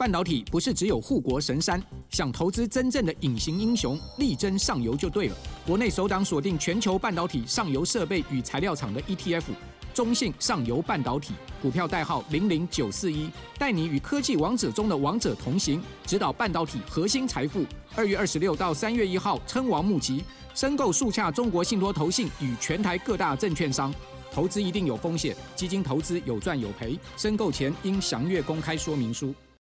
半导体不是只有护国神山，想投资真正的隐形英雄，力争上游就对了。国内首档锁定全球半导体上游设备与材料厂的 ETF， 中信上游半导体，股票代号00941，带你与科技王者中的王者同行，指导半导体核心财富。2月26到3月1号称王募集，申购速洽中国信托投信与全台各大证券商。投资一定有风险，基金投资有赚有赔，申购前应详阅公开说明书。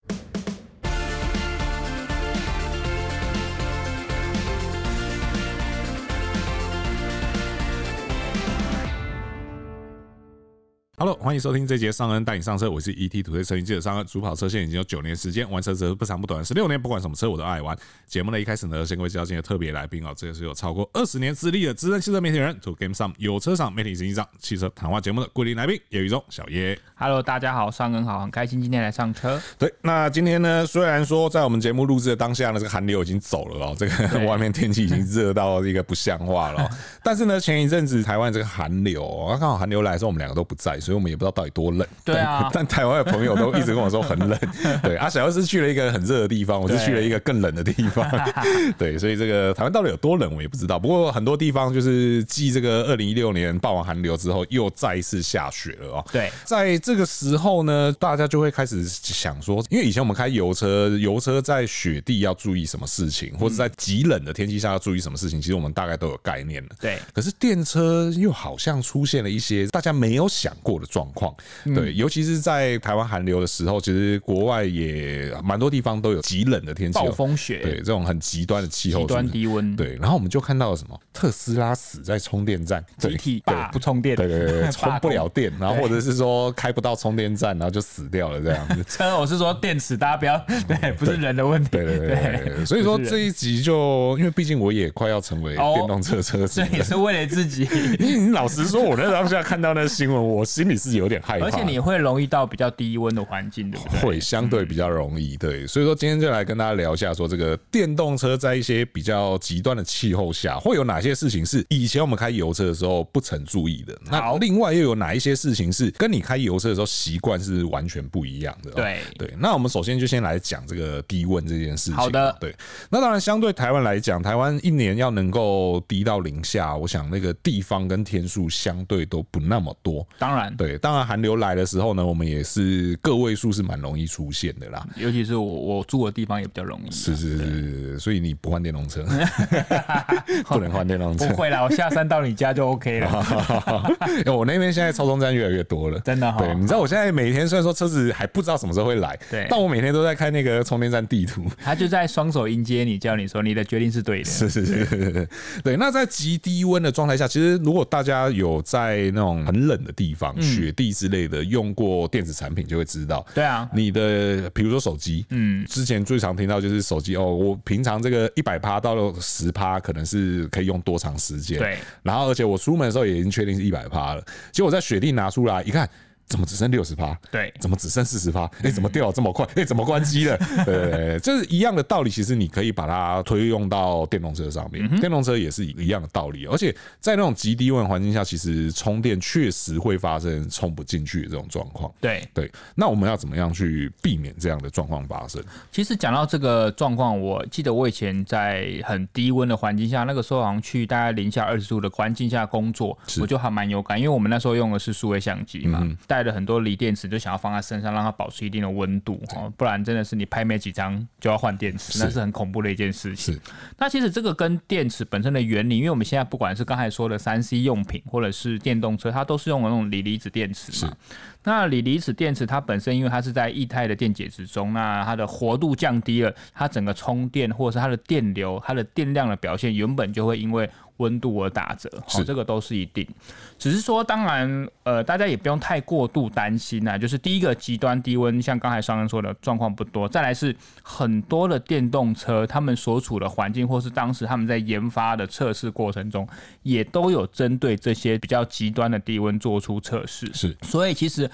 Hello， 欢迎收听这节尚恩带你上车，我是 ET 土推车云记者尚恩，主跑车线已经有9年时间，玩车则不长不短16年，不管什么车我都爱玩。节目的一开始呢，先各位介绍今天的特别来宾哦，这个是有超过20年资历的资深汽车媒体人 ，To Game Some 有车赏媒体执行长，汽车谈话节目的固定来宾，叶宇中小叶。 Hello， 大家好，尚恩好，很开心今天来上车。 对，那今天呢，虽然说在我们节目录制的当下呢，这个寒流已经走了哦，这个外面天气已经热到一个不像话了、哦，但是呢，前一阵子台湾这个寒流、哦，刚好寒流来的时候，我们两个都不在，所以我们也不知道到底多冷。 对啊， 但台湾的朋友都一直跟我说很冷。对，小姚是去了一个很热的地方，我是去了一个更冷的地方。对，所以这个台湾到底有多冷，我也不知道。不过很多地方就是继这个2016年霸王寒流之后，又再一次下雪了哦。 对， 在这个时候呢，大家就会开始想说，因为以前我们开油车，油车在雪地要注意什么事情，或者在极冷的天气下要注意什么事情，其实我们大概都有概念了。 对， 可是电车又好像出现了一些大家没有想过的状况。对，尤其是在台湾寒流的时候，其实国外也蛮多地方都有极冷的天气， 暴风雪， 对，这种很极端的气候， 极端低温， 对。然后我们就看到了什么特斯拉死在充电站， 集体罢不充电， 对，充不了电，然后或者是说开不到充电站，然后就死掉了这样子。 车我是说电池，大家不要对，不是人的问题， 对。所以说这一集就因为毕竟我也快要成为电动车车主， 这也是为了自己。 你老实说，我那当下看到那新闻，我心里是有点害怕， 而且你会容易到比较低温的环境，对不对？ 会相对比较容易，对。所以说今天就来跟大家聊一下，说这个电动车在一些比较极端的气候下，会有哪些事情是以前我们开油车的时候不曾注意的？那另外又有哪一些事情是跟你开油车的时候习惯是完全不一样的？对。那我们首先就先来讲这个低温这件事情。 好的， 对。那当然，相对台湾来讲，台湾一年要能够低到0下，我想那个地方跟天数相对都不那么多。 当然， 对，当然寒流来的时候呢，我们也是个位数是蛮容易出现的啦。 尤其是我住的地方也比较容易。 是，所以你不换电动车，不能换电动车。 不会啦，我下山到你家就 OK 了。 我那边现在超充站越来越多了， 真的哈。 对，你知道我现在每天虽然说车子还不知道什么时候会来， 对， 但我每天都在开那个充电站地图， 他就在双手迎接你，叫你说你的决定是对的。 是，对。那在极低温的状态下，其实如果大家有在那种很冷的地方，雪地之类的用过电子产品，就会知道， 对啊， 你的比如说手机，之前最常听到就是手机哦，我平常这个100%到10%可能是可以用多长时间， 对。 然后而且我出门的时候也已经确定是100%了，结果在雪地拿出来一看，怎么只剩60%？ 对， 怎么只剩40%？怎么掉这么快？怎么关机了？对，就是一样的道理。其实你可以把它推用到电动车上面，电动车也是一样的道理。而且在那种极低温环境下，其实充电确实会发生充不进去的这种状况。 对， 那我们要怎么样去避免这样的状况发生？ 其实讲到这个状况，我记得我以前在很低温的环境下，那个时候好像去大概零下20度的环境下工作，我就还蛮有感，因为我们那时候用的是数位相机嘛。带了很多锂电池，就想要放在身上，让它保持一定的温度，不然真的是你拍没几张就要换电池，那是很恐怖的一件事情。那其实这个跟电池本身的原理，因为我们现在不管是刚才说的3C 用品，或者是电动车，它都是用那种锂离子电池嘛。那锂离子电池它本身因为它是在液态的电解质中，那它的活度降低了，它整个充电或者是它的电流、它的电量的表现原本就会因为温度而打折，这个都是一定。只是说，当然，大家也不用太过度担心啊。就是第一个极端低温，像刚才商人说的状况不多。再来是很多的电动车，他们所处的环境，或是当时他们在研发的测试过程中，也都有针对这些比较极端的低温做出测试。 是， 所以其实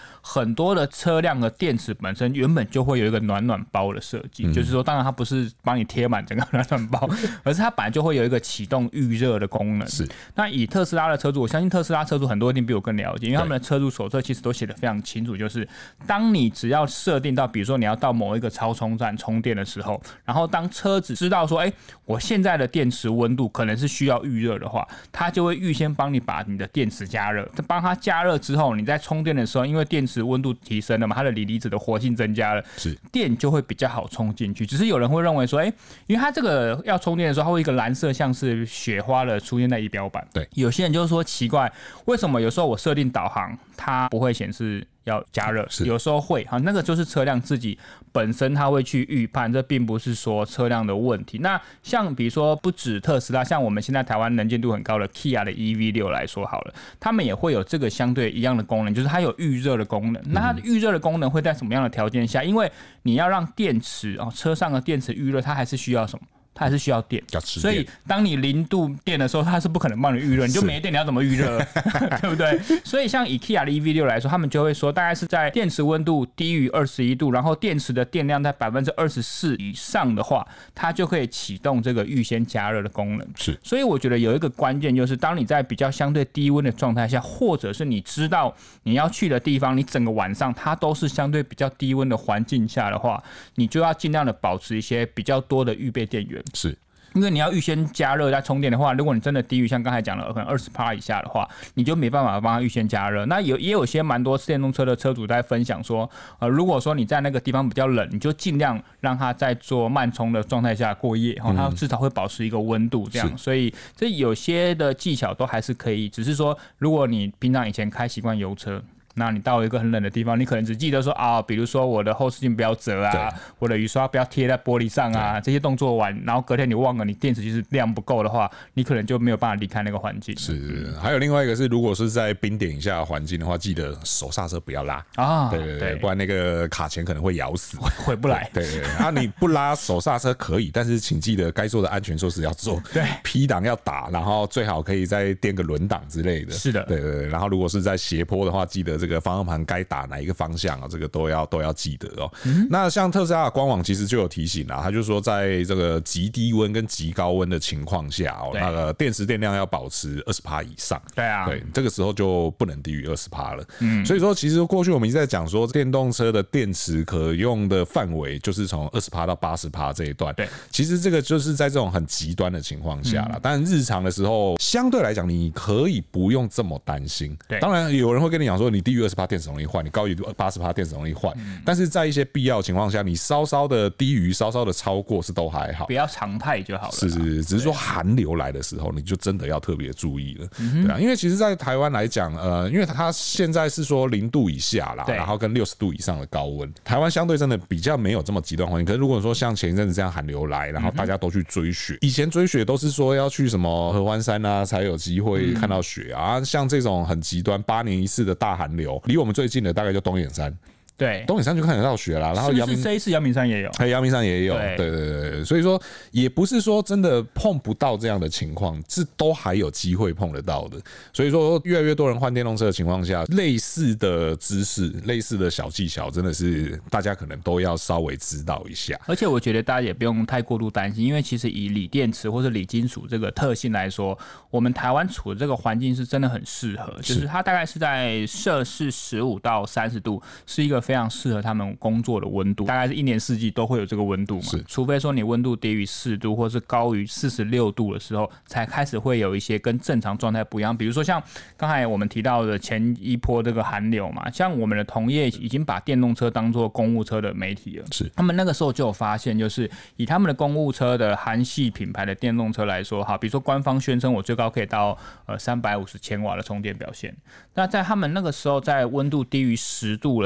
很多的车辆的电池本身原本就会有一个暖暖包的设计，就是说当然它不是帮你贴满整个暖暖包，而是它本来就会有一个启动预热的功能。 是。 那以特斯拉的车主，我相信特斯拉车主很多一定比我更了解，因为他们的车主手册其实都写得非常清楚，就是当你只要设定到，比如说你要到某一个超充站充电的时候，然后当车子知道说，我现在的电池温度可能是需要预热的话，它就会预先帮你把你的电池加热，帮它加热之后，你在充电的时候，因为电池温度提升了嘛，它的锂离子的活性增加了， 是电就会比较好充进去。只是有人会认为说，因为它这个要充电的时候，它会一个蓝色像是雪花的出现在仪表板。 对， 有些人就说奇怪，为什么有时候我设定导航，它不会显示要加热，有时候会，那个就是车辆自己本身它会去预判，这并不是说车辆的问题。那像比如说不止特斯拉，像我们现在台湾能见度很高的 Kia 的 EV6 来说好了，他们也会有这个相对一样的功能，就是它有预热的功能。那它预热的功能会在什么样的条件下？因为你要让电池车上的电池预热，它还是需要什么？它还是需要电，所以当你0度电的时候，它是不可能帮你预热，你就没电，你要怎么预热？对不对？所以像以 Kia 的 EV6 来说，他们就会说，大概是在电池温度低于21度，然后电池的电量在24%以上的话，它就可以启动这个预先加热的功能。 是， 所以我觉得有一个关键就是，当你在比较相对低温的状态下，或者是你知道你要去的地方，你整个晚上它都是相对比较低温的环境下的话，你就要尽量的保持一些比较多的预备电源。 是， 因为你要预先加热再充电的话，如果你真的低于像刚才讲的可能20%以下的话，你就没办法帮它预先加热。那也有些蛮多电动车的车主在分享说，如果说你在那个地方比较冷，你就尽量让它在做慢充的状态下过夜，它至少会保持一个温度这样。所以这有些的技巧都还是可以，只是说如果你平常以前开习惯油车，那你到一个很冷的地方，你可能只记得说比如说我的后视镜不要折啊，我的雨刷不要贴在玻璃上啊，这些动作完，然后隔天你忘了你电池其实量不够的话，你可能就没有办法离开那个环境。 是，还有另外一个是，如果是在冰点以下的环境的话，记得手刹车不要拉啊，对，不然那个卡钳可能会咬死， 回不来。 对，你不拉手刹车可以，但是请记得该做的安全措施要做， 对 ，P 档要打，然后最好可以再垫个轮档之类的。 是的， 对，然后如果是在斜坡的话，记得这个方向盘该打哪一个方向这个都要记得那像特斯拉的官网其实就有提醒他就说在这个极低温跟极高温的情况下那个电池电量要保持20%以上。 对啊， 对，这个时候就不能低于20%了。所以说其实过去我们一直在讲说，电动车的电池可用的范围就是从20%到80%这一段。 对， 其实这个就是在这种很极端的情况下啦。但日常的时候，相对来讲你可以不用这么担心。 对， 当然有人会跟你讲说，你低于20%电池容易坏，你高于80%电池容易坏。但是在一些必要的情况下，你稍稍的低于，稍稍的超过是都还好， 不要常态就好了。 是，只是说寒流来的时候，你就真的要特别注意了。对啊，因为其实，在台湾来讲，因为它现在是说0度以下啦，然后跟60度以上的高温，台湾相对真的比较没有这么极端环境。可是如果说像前一阵子这样寒流来，然后大家都去追雪，以前追雪都是说要去什么合欢山啊才有机会看到雪啊，像这种很极端8年一次的大寒流，离我们最近的大概就东眼山。 对， 东眼山就看得到雪啦，然后这一次阳明山也有， 阳明山也有，对，所以说也不是说真的碰不到这样的情况，是都还有机会碰得到的。所以说越来越多人换电动车的情况下，类似的知识、类似的小技巧，真的是大家可能都要稍微知道一下。 而且我觉得大家也不用太过度担心，因为其实以锂电池或者锂金属这个特性来说，我们台湾处的这个环境是真的很适合，就是它大概是在摄氏15到30度，是一个非常适合他们工作的温度，大概是1年4季都会有这个温度嘛，除非说你温度低于4度或是高于46度的时候，才开始会有一些跟正常状态不一样。比如说像刚才我们提到的前一波这个寒流嘛，像我们的同业已经把电动车当作公务车的媒体了，他们那个时候就有发现，就是以他们的公务车的韩系品牌的电动车来说，比如说官方宣称我最高可以到350千瓦的充电表现，那在他们那个时候在温度低于10度的时候，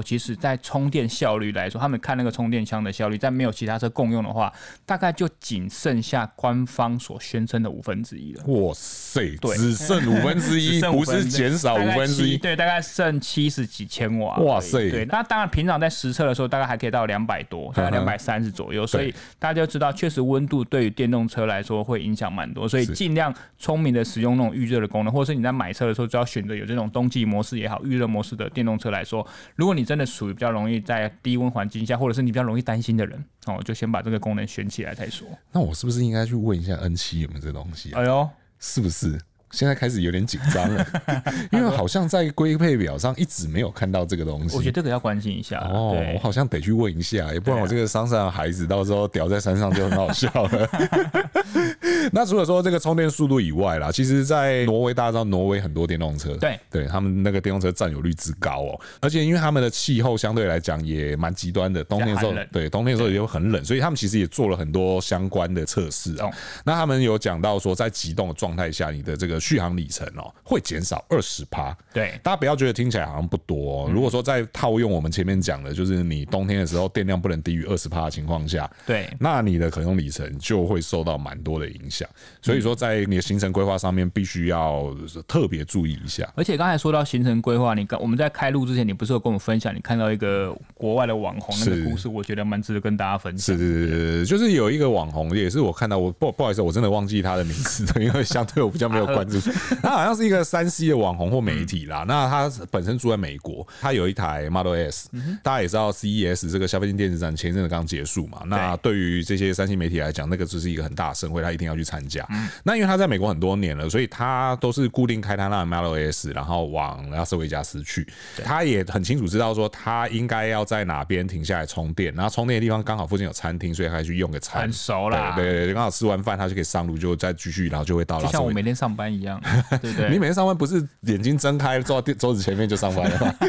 其实在充电效率来说，他们看那个充电枪的效率，在没有其他车共用的话，大概就仅剩下官方所宣称的1/5了。 哇塞，只剩1/5，不是减少1/5， 对，大概剩70几千瓦。 哇塞， 对，那当然平常在实测的时候，大概还可以到200多，大概230左右，所以大家就知道，确实温度对于电动车来说会影响蛮多，所以尽量聪明的使用那种预热的功能，或者是你在买车的时候就要选择有这种冬季模式也好、预热模式的电动车来说，如果你真的属于比较容易在低温环境下，或者是你比较容易担心的人，就先把这个功能选起来再说。 那我是不是应该去问一下 N7 有没有这东西啊？ 哎呦， 是不是？现在开始有点紧张了，因为好像在规配表上一直没有看到这个东西。 我觉得这个要关心一下哦，我好像得去问一下，也不然我这个山上的孩子到时候掉在山上就很好笑了。那除了说这个充电速度以外啦，其实，在挪威大家知道，挪威很多电动车，对他们那个电动车占有率之高哦，而且因为他们的气候相对来讲也蛮极端的，冬天的时候，对冬天的时候也会很冷，所以他们其实也做了很多相关的测试哦。那他们有讲到说，在极冻的状态下，你的这个续航里程会减少20%。 对， 大家不要觉得听起来好像不多哦。如果说在套用我们前面讲的，就是你冬天的时候电量不能低于20%的情况下， 对，那你的可用里程就会受到蛮多的影响。所以说，在你的行程规划上面，必须要特别注意一下。 而且刚才说到行程规划，我们在开录之前，你不是有跟我们分享，你看到一个国外的网红那个故事，我觉得蛮值得跟大家分享。 是，就是有一个网红，也是我看到，不好意思，我真的忘记他的名字，因为相对我比较没有关注。他好像是一个3C 的网红或媒体啦。那他本身住在美国，他有一台 Model S。大家也知道 CES 这个消费性电子展前一阵子刚结束嘛。那对于这些3C 媒体来讲，那个就是一个很大的盛会，他一定要去参加。那因为他在美国很多年了，所以他都是固定开他那 Model S， 然后往拉斯维加斯去。他也很清楚知道说他应该要在哪边停下来充电，然后充电的地方刚好附近有餐厅，所以他去用个餐。 很熟啦， 对，刚好吃完饭他就可以上路，就再继续，然后就会到拉斯维加斯。 就像我每天上班一样，对不对？ 你每天上班不是眼睛睁开坐到桌子前面就上班了吗？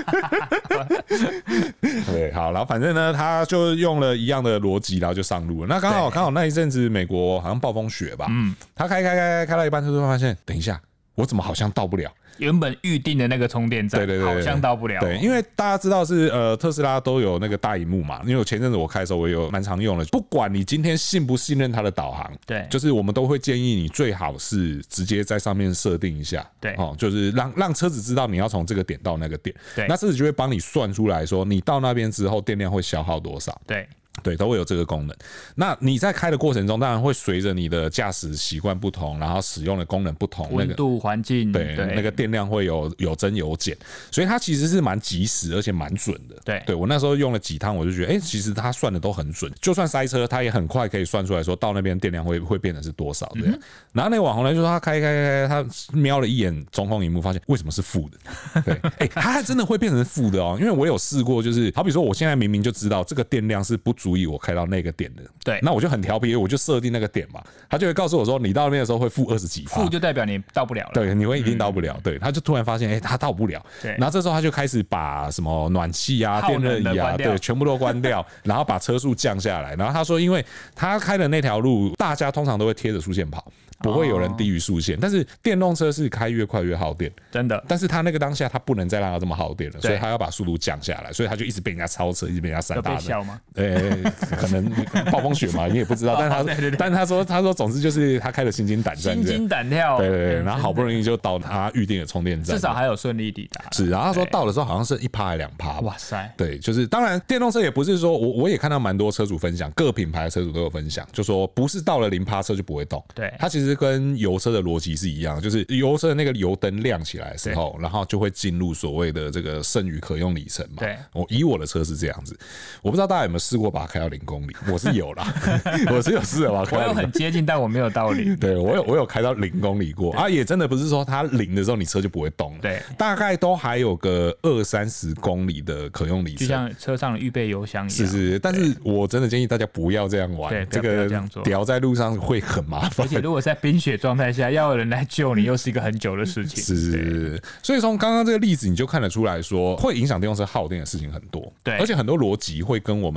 对，好，然后反正呢，他就用了一样的逻辑，然后就上路了。那刚好那一阵子美国好像暴风雪吧，他开到一半，突然发现，等一下，我怎么好像到不了？ 原本预定的那个充电站，对，好像到不了。 对，因为大家知道是特斯拉都有那个大萤幕嘛，因为我前阵子我开的时候我有蛮常用的。不管你今天信不信任它的导航，对，就是我们都会建议你最好是直接在上面设定一下，对，就是让车子知道你要从这个点到那个点，对，那车子就会帮你算出来说你到那边之后电量会消耗多少，对，都会有这个功能。那你在开的过程中，当然会随着你的驾驶习惯不同，然后使用的功能不同， 温度、环境， 对，那个电量会有增有减，所以它其实是蛮及时而且蛮准的。对，我那时候用了几趟，我就觉得，其实它算的都很准，就算塞车，它也很快可以算出来说到那边电量会变成是多少这样。然后那个网红呢，就说他开，他瞄了一眼中控萤幕，发现为什么是负的？对，他还真的会变成负的哦，因为我有试过，就是好比说我现在明明就知道这个电量是不足以我开到那个点的，对，那我就很调皮，我就设定那个点嘛，他就会告诉我说，你到那边的时候会负20几%， 负就代表你到不了了， 对，你会一定到不了，对，他就突然发现，他到不了，对，然后这时候他就开始把什么暖气啊、电热仪啊，对，全部都关掉，然后把车速降下来，然后他说，因为他开的那条路，大家通常都会贴着速线跑。不会有人低于速限，但是电动车是开越快越耗电，真的。但是他那个当下他不能再让它这么耗电了，所以他要把速度降下来，所以他就一直被人家超车，一直被人家闪大的。 笑吗？ 可能暴风雪嘛，你也不知道。但他说，总之就是他开的心惊胆战， 心惊胆跳。 对，然后好不容易就到他预定的充电站， 至少还有顺利抵达。 是，然后他说到的时候好像是1%还2%。 哇塞！ 对，就是当然电动车也不是说我也看到蛮多车主分享，各品牌的车主都有分享，就说不是到了0%车就不会动。对，它其实跟油车的逻辑是一样，就是油车的那个油灯亮起来的时候，然后就会进入所谓的这个剩余可用里程嘛。对，以我的车是这样子，我不知道大家有没有试过把它开到0公里，我是有啦，我是有试的吧。 我有很接近，但我没有到0。 对，我有开到0公里过啊，也真的不是说它0的时候你车就不会动了，对，大概都还有个20-30公里的可用里程， 就像车上的预备油箱一样。 是，但是我真的建议大家不要这样玩，这个掉在路上会很麻烦， 而且如果在冰雪状态下。要有人来救你，又是一个很久的事情。 是，所以从刚刚这个例子，你就看得出来说，会影响电动车耗电的事情很多。对，而且很多逻辑会跟我们过去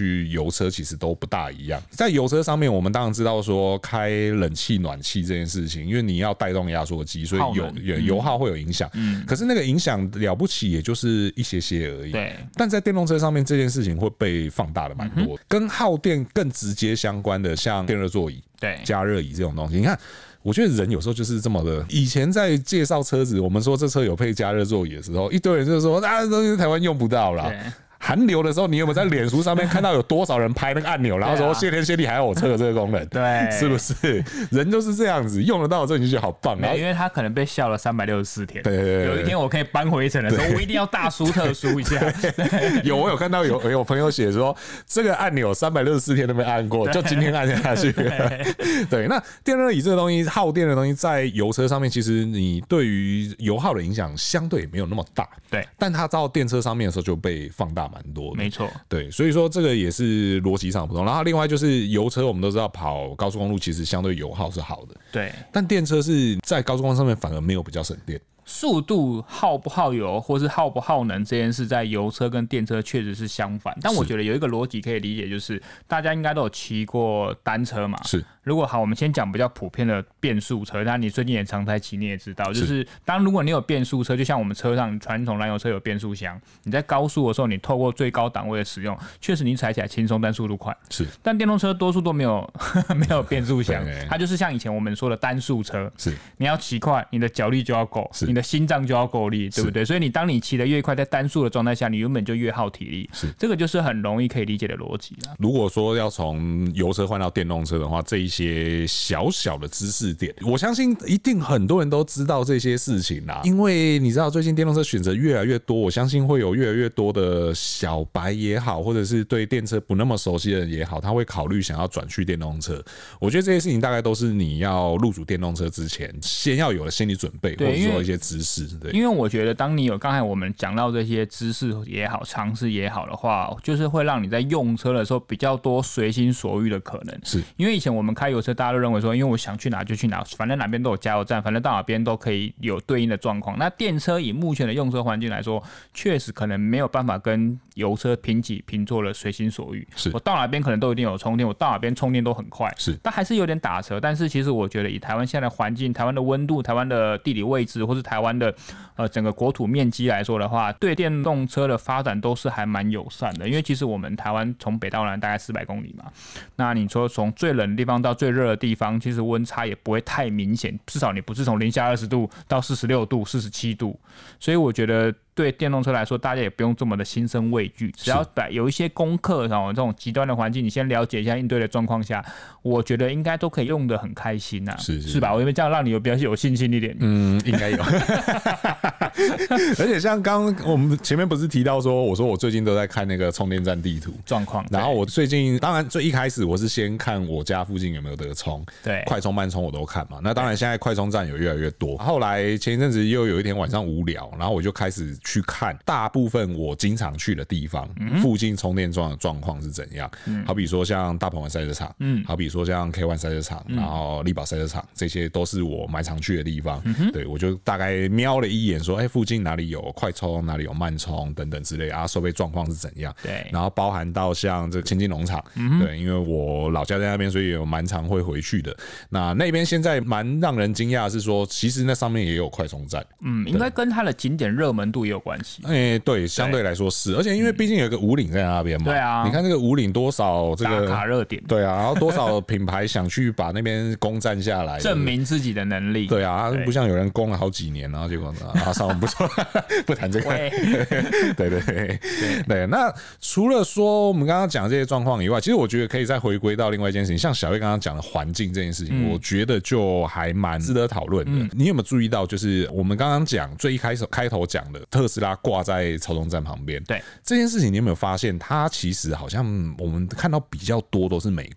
去油车其实都不大一样。在油车上面，我们当然知道说开冷气、暖气这件事情，因为你要带动压缩机，所以油耗会有影响。可是那个影响了不起，也就是一些而已。 对， 但在电动车上面，这件事情会被放大的蛮多。跟耗电更直接相关的，像电热座椅、 对， 加热椅这种东西，你看。我觉得人有时候就是这么的。以前在介绍车子，我们说这车有配加热座椅的时候，一堆人就说啊，东西台湾用不到啦。寒流的时候，你有没有在脸书上面看到有多少人拍那个按钮，然后说谢天谢地还有我车有这个功能？ 对， 是不是？人就是这样子，用得到这你就觉得好棒。 因为他可能被笑了364天。 对， 有一天我可以搬回程的时候，我一定要大书特书一下。 我有看到有朋友写说，这个按钮364天都没按过，就今天按下去。对，那电热椅这个东西，耗电的东西，在油车上面，其实你对于油耗的影响相对没有那么大。 对， 但它到电车上面的时候就被放大蛮多的。 没错， 对，所以说这个也是逻辑上不同。然后另外就是油车，我们都知道跑高速公路其实相对油耗是好的， 对， 但电车是在高速公路上面反而没有比较省电。 速度耗不耗油，或是耗不耗能这件事，在油车跟电车确实是相反。但我觉得有一个逻辑可以理解，就是大家应该都有骑过单车嘛。 是。 如果好，我们先讲比较普遍的变速车，那你最近也常在骑，你也知道，就是如果你有变速车，就像我们车上传统燃油车有变速箱，你在高速的时候，你透过最高档位的使用，确实你踩起来轻松，但速度快。 是。但电动车多数都没有变速箱，它就是像以前我们说的单速车。 是。 你要骑快，你的脚力就要够，你的心脏就要够力，对不对？所以当你骑得越快，在单速的状态下，你原本就越耗体力。 是。 这个就是很容易可以理解的逻辑。 如果说要从油车换到电动车的话，这一些小小的知识点，我相信一定很多人都知道这些事情啦。因为你知道最近电动车选择越来越多，我相信会有越来越多的小白也好，或者是对电车不那么熟悉的人也好，他会考虑想要转去电动车。我觉得这些事情大概都是你要入主电动车之前，先要有的心理准备，或者说一些知识。对， 因为我觉得当你有刚才我们讲到这些知识也好，常识也好的话，就是会让你在用车的时候比较多随心所欲的可能。 是因为以前我们开油车，大家都认为说，因为我想去哪就去哪，反正哪边都有加油站，反正到哪边都可以有对应的状况。那电车以目前的用车环境来说，确实可能没有办法跟油车平起平坐的随心所欲。 是我到哪边可能都一定有充电，我到哪边充电都很快。 是， 但还是有点打折。但是其实我觉得以台湾现在的环境、台湾的温度、台湾的地理位置，或是台湾的整个国土面积来说的话，对电动车的发展都是还蛮友善的。因为其实我们台湾从北到南大概400公里嘛，那你说从最冷的地方到最热的地方，其实温差也不会太明显，至少你不是从零下20度到46度、47度，所以我觉得对电动车来说，大家也不用这么的心生畏惧，只要有一些功课，这种极端的环境，你先了解一下应对的状况下，我觉得应该都可以用得很开心呐，是吧？我有没有这样让你比较有信心一点？ 应该有。而且像刚刚我们前面不是提到说，我说我最近都在看那个充电站地图状况， 然后我最近当然最一开始我是先看我家附近有没有得充， 对， 快充慢充我都看嘛。那当然现在快充站有越来越多。后来前一阵子又有一天晚上无聊，然后我就开始去看大部分我经常去的地方附近充电桩的状况是怎样。好比说像大鹏湾赛车场，好比说像 K1 赛车场，然后力宝赛车场，这些都是我蛮常去的地方。对，我就大概瞄了一眼说，附近哪里有快充，哪里有慢充等等之类啊，收费状况是怎样。 对， 然后包含到像这个清境农场，对，因为我老家在那边，所以有蛮常会回去的。那边现在蛮让人惊讶的是说，其实那上面也有快充站。 应该跟它的景点热门度也有关系。 对，相对来说是，而且因为毕竟有个武岭在那边嘛。 对啊， 你看这个武岭多少这个打卡热点。 对啊，然后多少品牌想去把那边攻占下来， 证明自己的能力。 对啊，不像有人攻了好几年，然后结果上完不说，不谈这个。对。那除了说我们刚刚讲这些状况以外，其实我觉得可以再回归到另外一件事情，像小叶刚刚讲的环境这件事情，我觉得就还蛮值得讨论的。你有没有注意到，就是我们刚刚讲最一开头讲的特斯拉挂在超充站旁边， 对这件事情，你有没有发现，它其实好像我们看到比较多都是美国，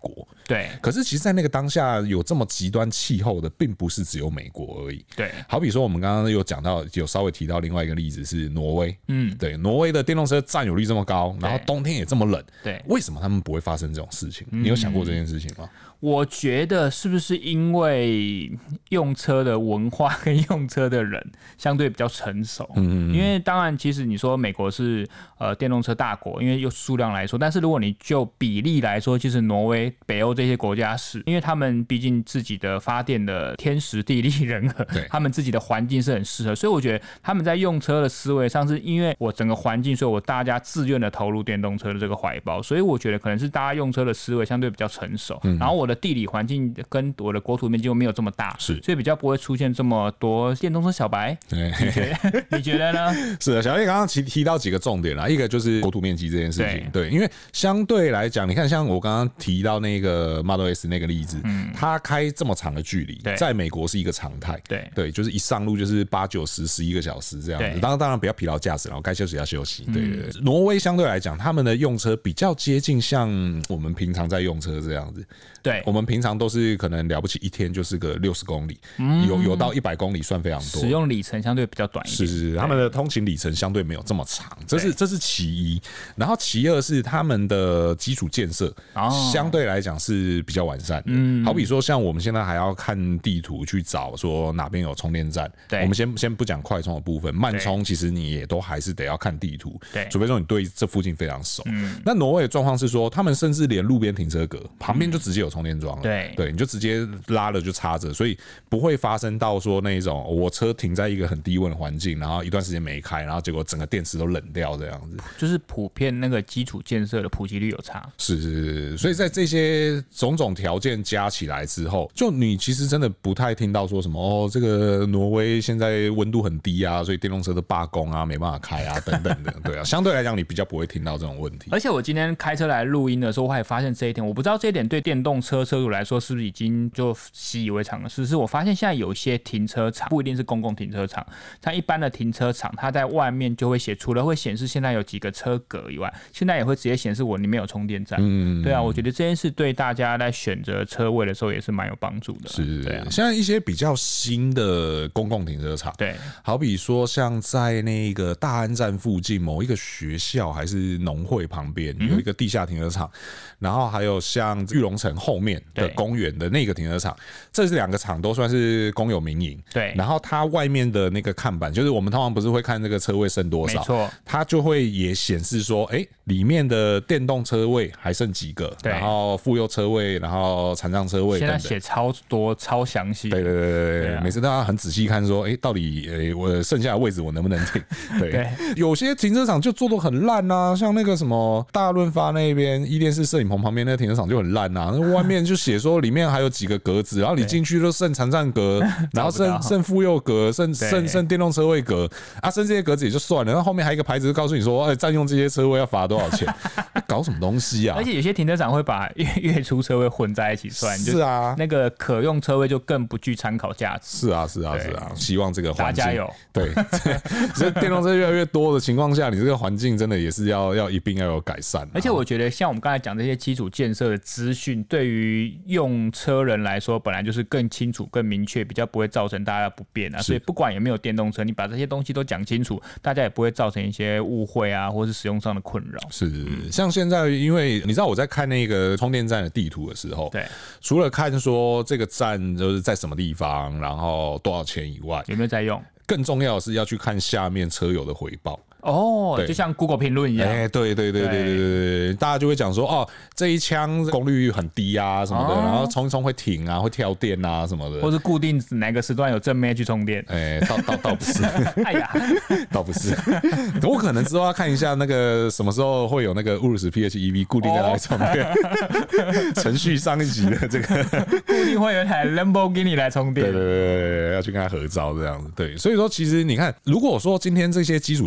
对。 可是其实，在那个当下有这么极端气候的，并不是只有美国而已。 对。 好比说，我们刚刚有讲到，有稍微提到另外一个例子是挪威。对，挪威的电动车占有率这么高，然后冬天也这么冷， 对， 为什么他们不会发生这种事情？你有想过这件事情吗？ 我觉得是不是因为用车的文化跟用车的人相对比较成熟？因为当然，其实你说美国是电动车大国，因为用数量来说，但是如果你就比例来说，其实挪威、北欧这些国家是，因为他们毕竟自己的发电的天时地利人和，他们自己的环境是很适合，所以我觉得他们在用车的思维上，是因为我整个环境，所以我大家自愿的投入电动车的这个怀抱，所以我觉得可能是大家用车的思维相对比较成熟，然后我的地理环境跟我的国土面积又没有这么大，所以比较不会出现这么多电动车小白。你觉得呢？ 是的，小叶刚刚提到几个重点啦，一个就是国土面积这件事情，对，因为相对来讲，你看像我刚刚提到那个 Model S 那个例子，它开这么长的距离，在美国是一个常态，对，就是一上路就是8、9、10、11个小时这样子，当然不要疲劳驾驶，然后该休息要休息，对。挪威相对来讲，他们的用车比较接近像我们平常在用车这样子，对，我们平常都是可能了不起一天就是个60公里，有到100公里算非常多， 使用里程相对比较短一点， 是，他们的通勤里程相对没有这么长，这是其一。然后其二是他们的基础建设相对来讲是比较完善的，好比说像我们现在还要看地图去找说哪边有充电站，我们先不讲快充的部分，慢充其实你也都还是得要看地图，除非说你对这附近非常熟。那挪威的状况是说，他们甚至连路边停车格旁边就直接有充电桩了，对，你就直接拉了就插着，所以不会发生到说那一种我车停在一个很低温的环境，然后一段时间没开，然后结果整个电池都冷掉这样子， 就是普遍那个基础建设的普及率有差。 是，所以在这些种种条件加起来之后，就你其实真的不太听到说什么这个挪威现在温度很低啊，所以电动车都罢工啊，没办法开啊等等的，对啊，相对来讲你比较不会听到这种问题。 而且我今天开车来录音的时候，我还发现这一点，我不知道这一点对电动车车主来说是不是已经就习以为常的事。是我发现现在有一些停车场不一定是公共停车场，像一般的停车场，它在外面就会写，除了会显示现在有几个车格以外，现在也会直接显示我里面有充电站。对啊，我觉得这件事对大家在选择车位的时候也是蛮有帮助的。 是， 对啊。 现在一些比较新的公共停车场，对，好比说像在那个大安站附近某一个学校还是农会旁边有一个地下停车场，然后还有像玉龙城后面的公园的那个停车场，这是2个场都算是公有民营。对，然后它外面的那个看板，就是我们通常不是会看这个车位剩多少，没错，它就会也显示说，里面的电动车位还剩几个，然后妇幼车位，然后残障车位等等， 现在写超多超详细。 对，每次大家很仔细看说，到底我剩下的位置我能不能停？对，有些停车场就做得很烂啊，像那个什么大润发那边伊甸市摄影棚旁边那个停车场就很烂啊，那外面就写说里面还有几个格子，然后你进去就剩残障格，然后剩妇幼格，剩电动车位格啊，剩这些格子也就算了，然后后面还有一个牌子告诉你说，占用这些车位要罚多少钱？搞什么东西啊？ 而且有些停车场会把月出车位混在一起算，是啊，那个可用车位就更不具参考价值。 是啊，希望这个环境， 大家有对，所以电动车越来越多的情况下，你这个环境真的也是要一并要有改善。 而且我觉得像我们刚才讲这些基础建设的资讯，对于用车人来说，本来就是更清楚、更明确，比较不会造成大家不便啊。所以不管有没有电动车，你把这些东西都讲清楚，大家也不会造成一些误会啊，或是使用上的困扰。 是，像现在，因为你知道我在看那个充电站的地图的时候，对，除了看说这个站就是在什么地方，然后多少钱以外， 有没有在用， 更重要的是要去看下面车友的回报。 就像 Google 评论一样， 对，大家就会讲说，这一枪功率很低啊什么的，然后充一充会停啊，会跳电啊什么的， 或是固定哪个时段有正妹去充电， 倒不是， 哎呀， 倒不是，我可能之后要看一下那个什么时候会有那个50 PHEV 固定在那里充电，程序上一集的这个固定会有一台 Lamborghini 来充电， 对，要去跟他合照这样子，对，所以说其实你看，如果说今天这些基础建设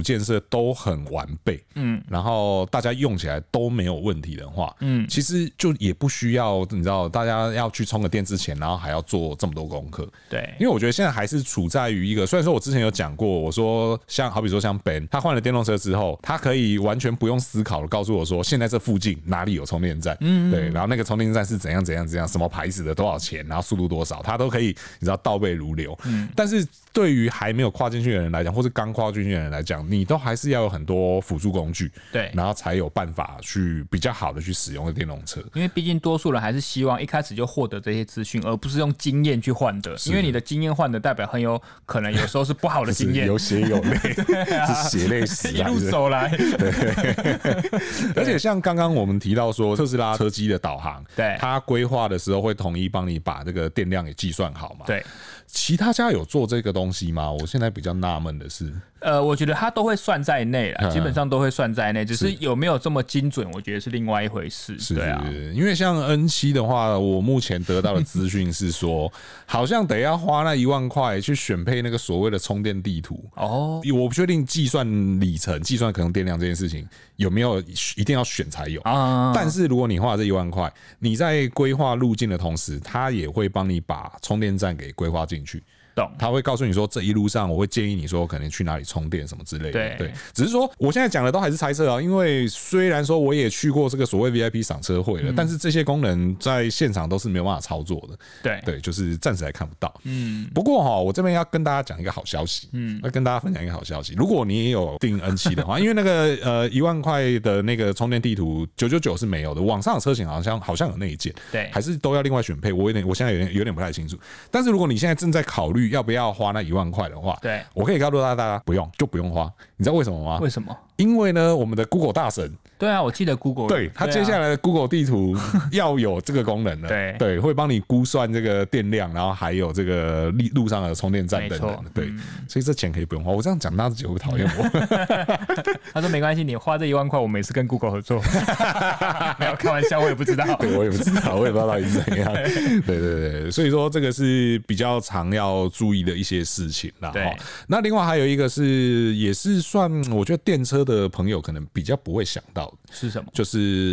都很完备，然后大家用起来都没有问题的话，其实就也不需要你知道大家要去充个电之前，然后还要做这么多功课。 对， 因为我觉得现在还是处在于一个，虽然说我之前有讲过，我说好比说像 Ben 他换了电动车之后，他可以完全不用思考的告诉我说，现在这附近哪里有充电站，对，然后那个充电站是怎样，什么牌子的，多少钱，然后速度多少，他都可以你知道倒背如流。但是对于还没有跨进去的人来讲，或是刚跨进去的人来讲，你都还是要有很多辅助工具， 对， 然后才有办法去比较好的去使用的电动车。 因为毕竟多数人还是希望一开始就获得这些资讯，而不是用经验去换的。因为你的经验换的，代表很有可能有时候是不好的经验， 有血有泪，是血泪史一路走来。 而且像刚刚我们提到说，特斯拉车机的导航， 对， 它规划的时候会统一帮你把这个电量也计算好嘛？ 对。 其他家有做这个东西吗？我现在比较纳闷的是， 我觉得它都会算在内啦，基本上都会算在内，只是有没有这么精准，我觉得是另外一回事。对啊， 因为像 N7 的话，我目前得到的资讯是说，好像得要花那1万块去选配那个所谓的充电地图。哦，我不确定计算里程、计算可能电量这件事情有没有一定要选才有啊。但是如果你花这1万块，你在规划路径的同时，它也会帮你把充电站给规划进去。他会告诉你说，这一路上我会建议你说，可能去哪里充电什么之类的。对，只是说我现在讲的都还是猜测啊，因为虽然说我也去过这个所谓 VIP 赏车会了，但是这些功能在现场都是没有办法操作的。对，就是暂时还看不到。不过我这边要跟大家讲一个好消息，要跟大家分享一个好消息。如果你也有订 N7 的话，因为那个1万块的那个充电地图999是没有的，网上的车型好像有那一件，对，还是都要另外选配。我现在有点不太清楚。但是如果你现在正在考虑要不要花那1万块的话，对，我可以告诉大家，不用花。你知道为什么吗？ 为什么？ 因为呢，我们的 Google 大神， 对啊，我记得 Google， 对，他接下来的 Google 地图要有这个功能了，对，会帮你估算这个电量，然后还有这个路上的充电站等等，对，所以这钱可以不用花。我这样讲，大家就会讨厌我。 他说没关系，你花这1万块，我每次跟 Google 合作。没有开玩笑，我也不知道， 对，我也不知道到底是怎样。对，所以说这个是比较常要注意的一些事情啦。那另外还有一个是，也是算我觉得电车的朋友可能比较不会想到的是什么？ 就是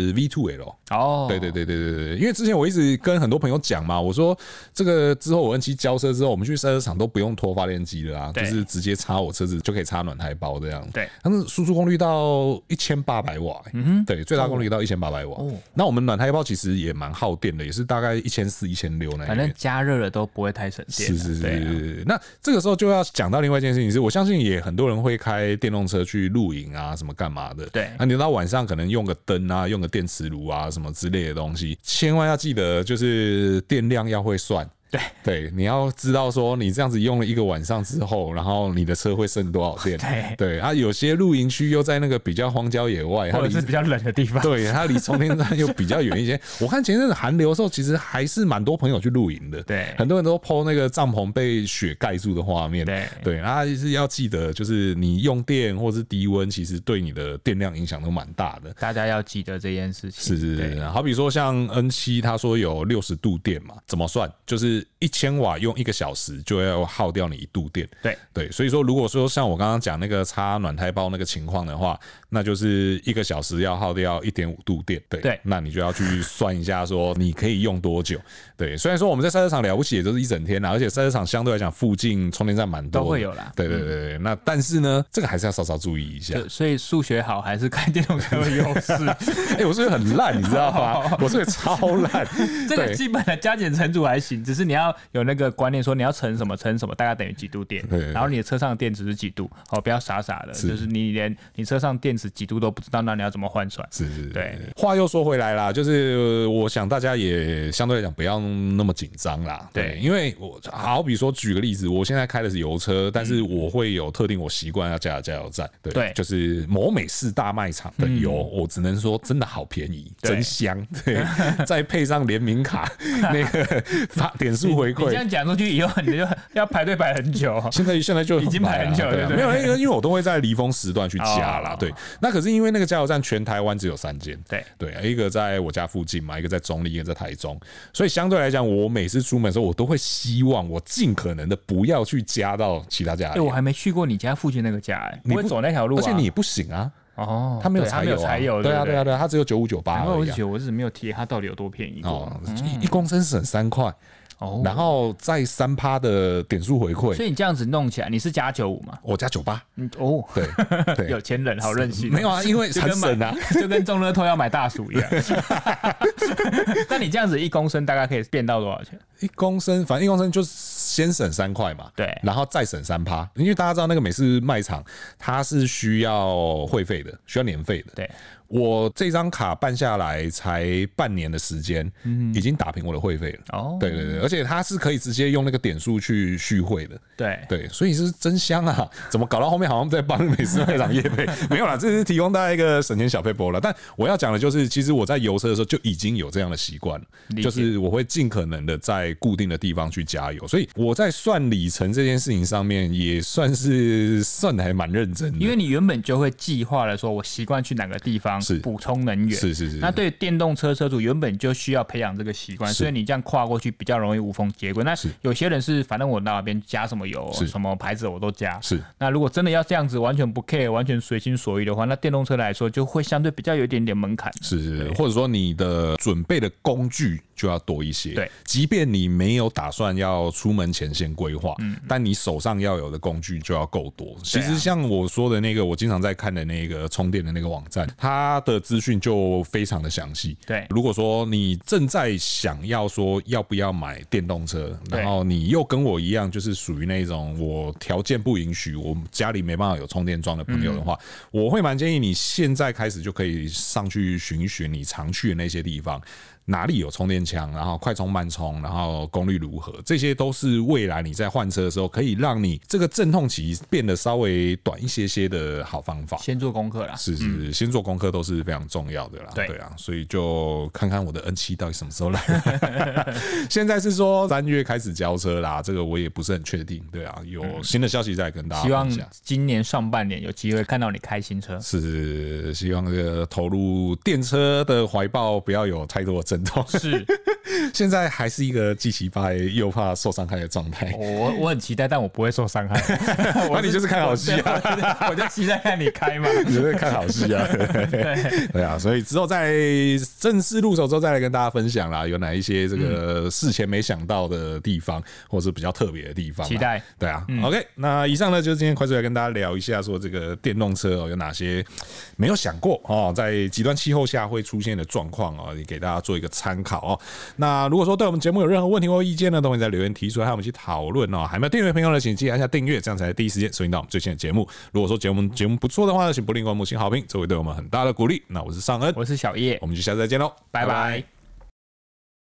V2L。 哦， 对，因为之前我一直跟很多朋友讲嘛，我说这个之后我 N7 交车之后，我们去赛车场都不用拖发电机了啊，就是直接插我车子就可以插暖胎包这样。对，他们输出功率到1800瓦，对，最大功率到1800瓦。那我们暖胎包其实也蛮耗电的，也是大概1400、1600那。 反正加热了都不会太省电。 是。那这个时候就要讲到另外一件事情，是我相信也很多人会开电动车去露营啊，什么干嘛的。对，那你到晚上可能用个灯啊，用个电磁炉啊，什么之类的东西，千万要记得就是电量要会算。对，你要知道说你这样子用了1个晚上之后，然后你的车会剩多少电？对啊，有些露营区又在那个比较荒郊野外， 或者是比较冷的地方， 对，它离充电站又比较远一些。我看前阵子寒流的时候，其实还是蛮多朋友去露营的，对，很多人都 po 那个帐篷被雪盖住的画面，对，啊，是要记得，就是你用电或是低温，其实对你的电量影响都蛮大的， 大家要记得这件事情。 是，好比说像 N7， 他说有60度电嘛，怎么算？就是1000瓦用1个小时就要耗掉你1度电。对，所以说如果说像我刚刚讲那个插暖胎包那个情况的话，那就是1个小时要耗掉1.5度电。对，那你就要去算一下说你可以用多久。对，虽然说我们在赛车场了不起也都是1整天啦，而且赛车场相对来讲附近充电站蛮多的， 都会有啦。 对，那但是呢，这个还是要稍稍注意一下。 所以数学好还是开电动车有优势。 我数学很烂，你知道吗？我数学超烂。 这个基本的加减乘除还行，只是你要有那个观念说你要乘什么，大概等于几度电，然后你的车上的电池是几度，不要傻傻的，就是你连你车上电池几度都不知道，那你要怎么换算？是， 对。话又说回来啦，就是我想大家也相对来讲不要那么紧张啦，对，因为我好比说举个例子，我现在开的是油车，但是我会有特定我习惯要加的加油站，对，就是某美式大卖场的油，我只能说真的好便宜，真香，对，再配上联名卡那个点数回馈。 你这样讲出去以后，你就要排队排很久。 现在就已经排很久了， 没有因为我都会在离峰时段去加啦。对，那可是因为那个加油站全台湾只有3间，对，一个在我家附近嘛，一个在中立，一个在台中，所以相对来讲，我每次出门的时候，我都会希望我尽可能的不要去加到其他家。 我还没去过你家附近那个家，不会走那条路， 而且你也不行啊。 哦， 他没有柴油，对啊，他只有9598。 然后我就觉得我是没有贴它到底有多便宜过 ，1公升省3块。然后再3%的点数回馈， 所以你这样子弄起来，你是加95吗？ 我加98。 哦， 对， 有钱人好任性。 没有啊，因为很省啊， 就跟中乐透要买大薯一样。那你这样子1公升大概可以变到多少钱 ？1公升，反正1公升就先省3块嘛， 对， 然后再省3%，因为大家知道那个美式卖场它是需要会费的，需要年费的， 对。 我这张卡办下来才半年的时间，已经打平我的会费了。哦，对，而且它是可以直接用那个点数去续会的。对，所以是真香啊！怎么搞到后面好像在帮美式卖场业配？没有啦，这是提供大家一个省钱小撇步了。但我要讲的就是，其实我在油车的时候就已经有这样的习惯了，就是我会尽可能的在固定的地方去加油。所以我在算里程这件事情上面也算的还蛮认真的， 因为你原本就会计划了，说我习惯去哪个地方。补充能源是。 那对电动车车主原本就需要培养这个习惯，所以你这样跨过去比较容易无缝接轨。那有些人是反正我到那边加什么油，什么牌子我都加。那如果真的要这样子完全不 care， 完全随心所欲的话，那电动车来说就会相对比较有一点点门槛。 是，或者说你的准备的工具就要多一些。 对， 即便你没有打算要出门前先规划，但你手上要有的工具就要够多。其实像我说的那个，我经常在看的那个充电的那个网站，它的资讯就非常的详细。 对， 如果说你正在想要说要不要买电动车，然后你又跟我一样，就是属于那种我条件不允许，我家里没办法有充电桩的朋友的话，我会蛮建议你现在开始就可以上去寻一寻你常去的那些地方。哪里有充电枪，然后快充慢充，然后功率如何，这些都是未来你在换车的时候可以让你这个阵痛期变得稍微短一些的好方法。 先做功课啦， 是，先做功课都是非常重要的啦。对啊，所以就看看我的 N7 到底什么时候来。现在是说3月开始交车啦，这个我也不是很确定。对啊，有新的消息再跟大家分享。 希望今年上半年有机会看到你开新车。 是，希望这个投入电车的怀抱不要有太多的阵痛。 是， 现在还是一个既期待又怕受伤害的状态。 我很期待，但我不会受伤害。 那你就是看好戏啊！ 我就期待看你开嘛。 你就是看好戏啊！对啊，所以之后在正式入手之后再来跟大家分享啦，有哪一些这个事前没想到的地方，或是比较特别的地方。 期待。 对啊，OK， 那以上呢就是今天快速来跟大家聊一下，说这个电动车有哪些没有想过在极端气候下会出现的状况也给大家做一个参考。那如果说对我们节目有任何问题或意见呢，都可以在留言提出来，和我们一起讨论还没有订阅的朋友呢，请记得按下订阅，这样才第一时间收听到我们最新的节目。如果说节目不错的话呢，请不吝给我们5星好评，这会对我们很大的鼓励。那我是尚恩， 我是小叶， 我们就下次再见喽， 拜拜。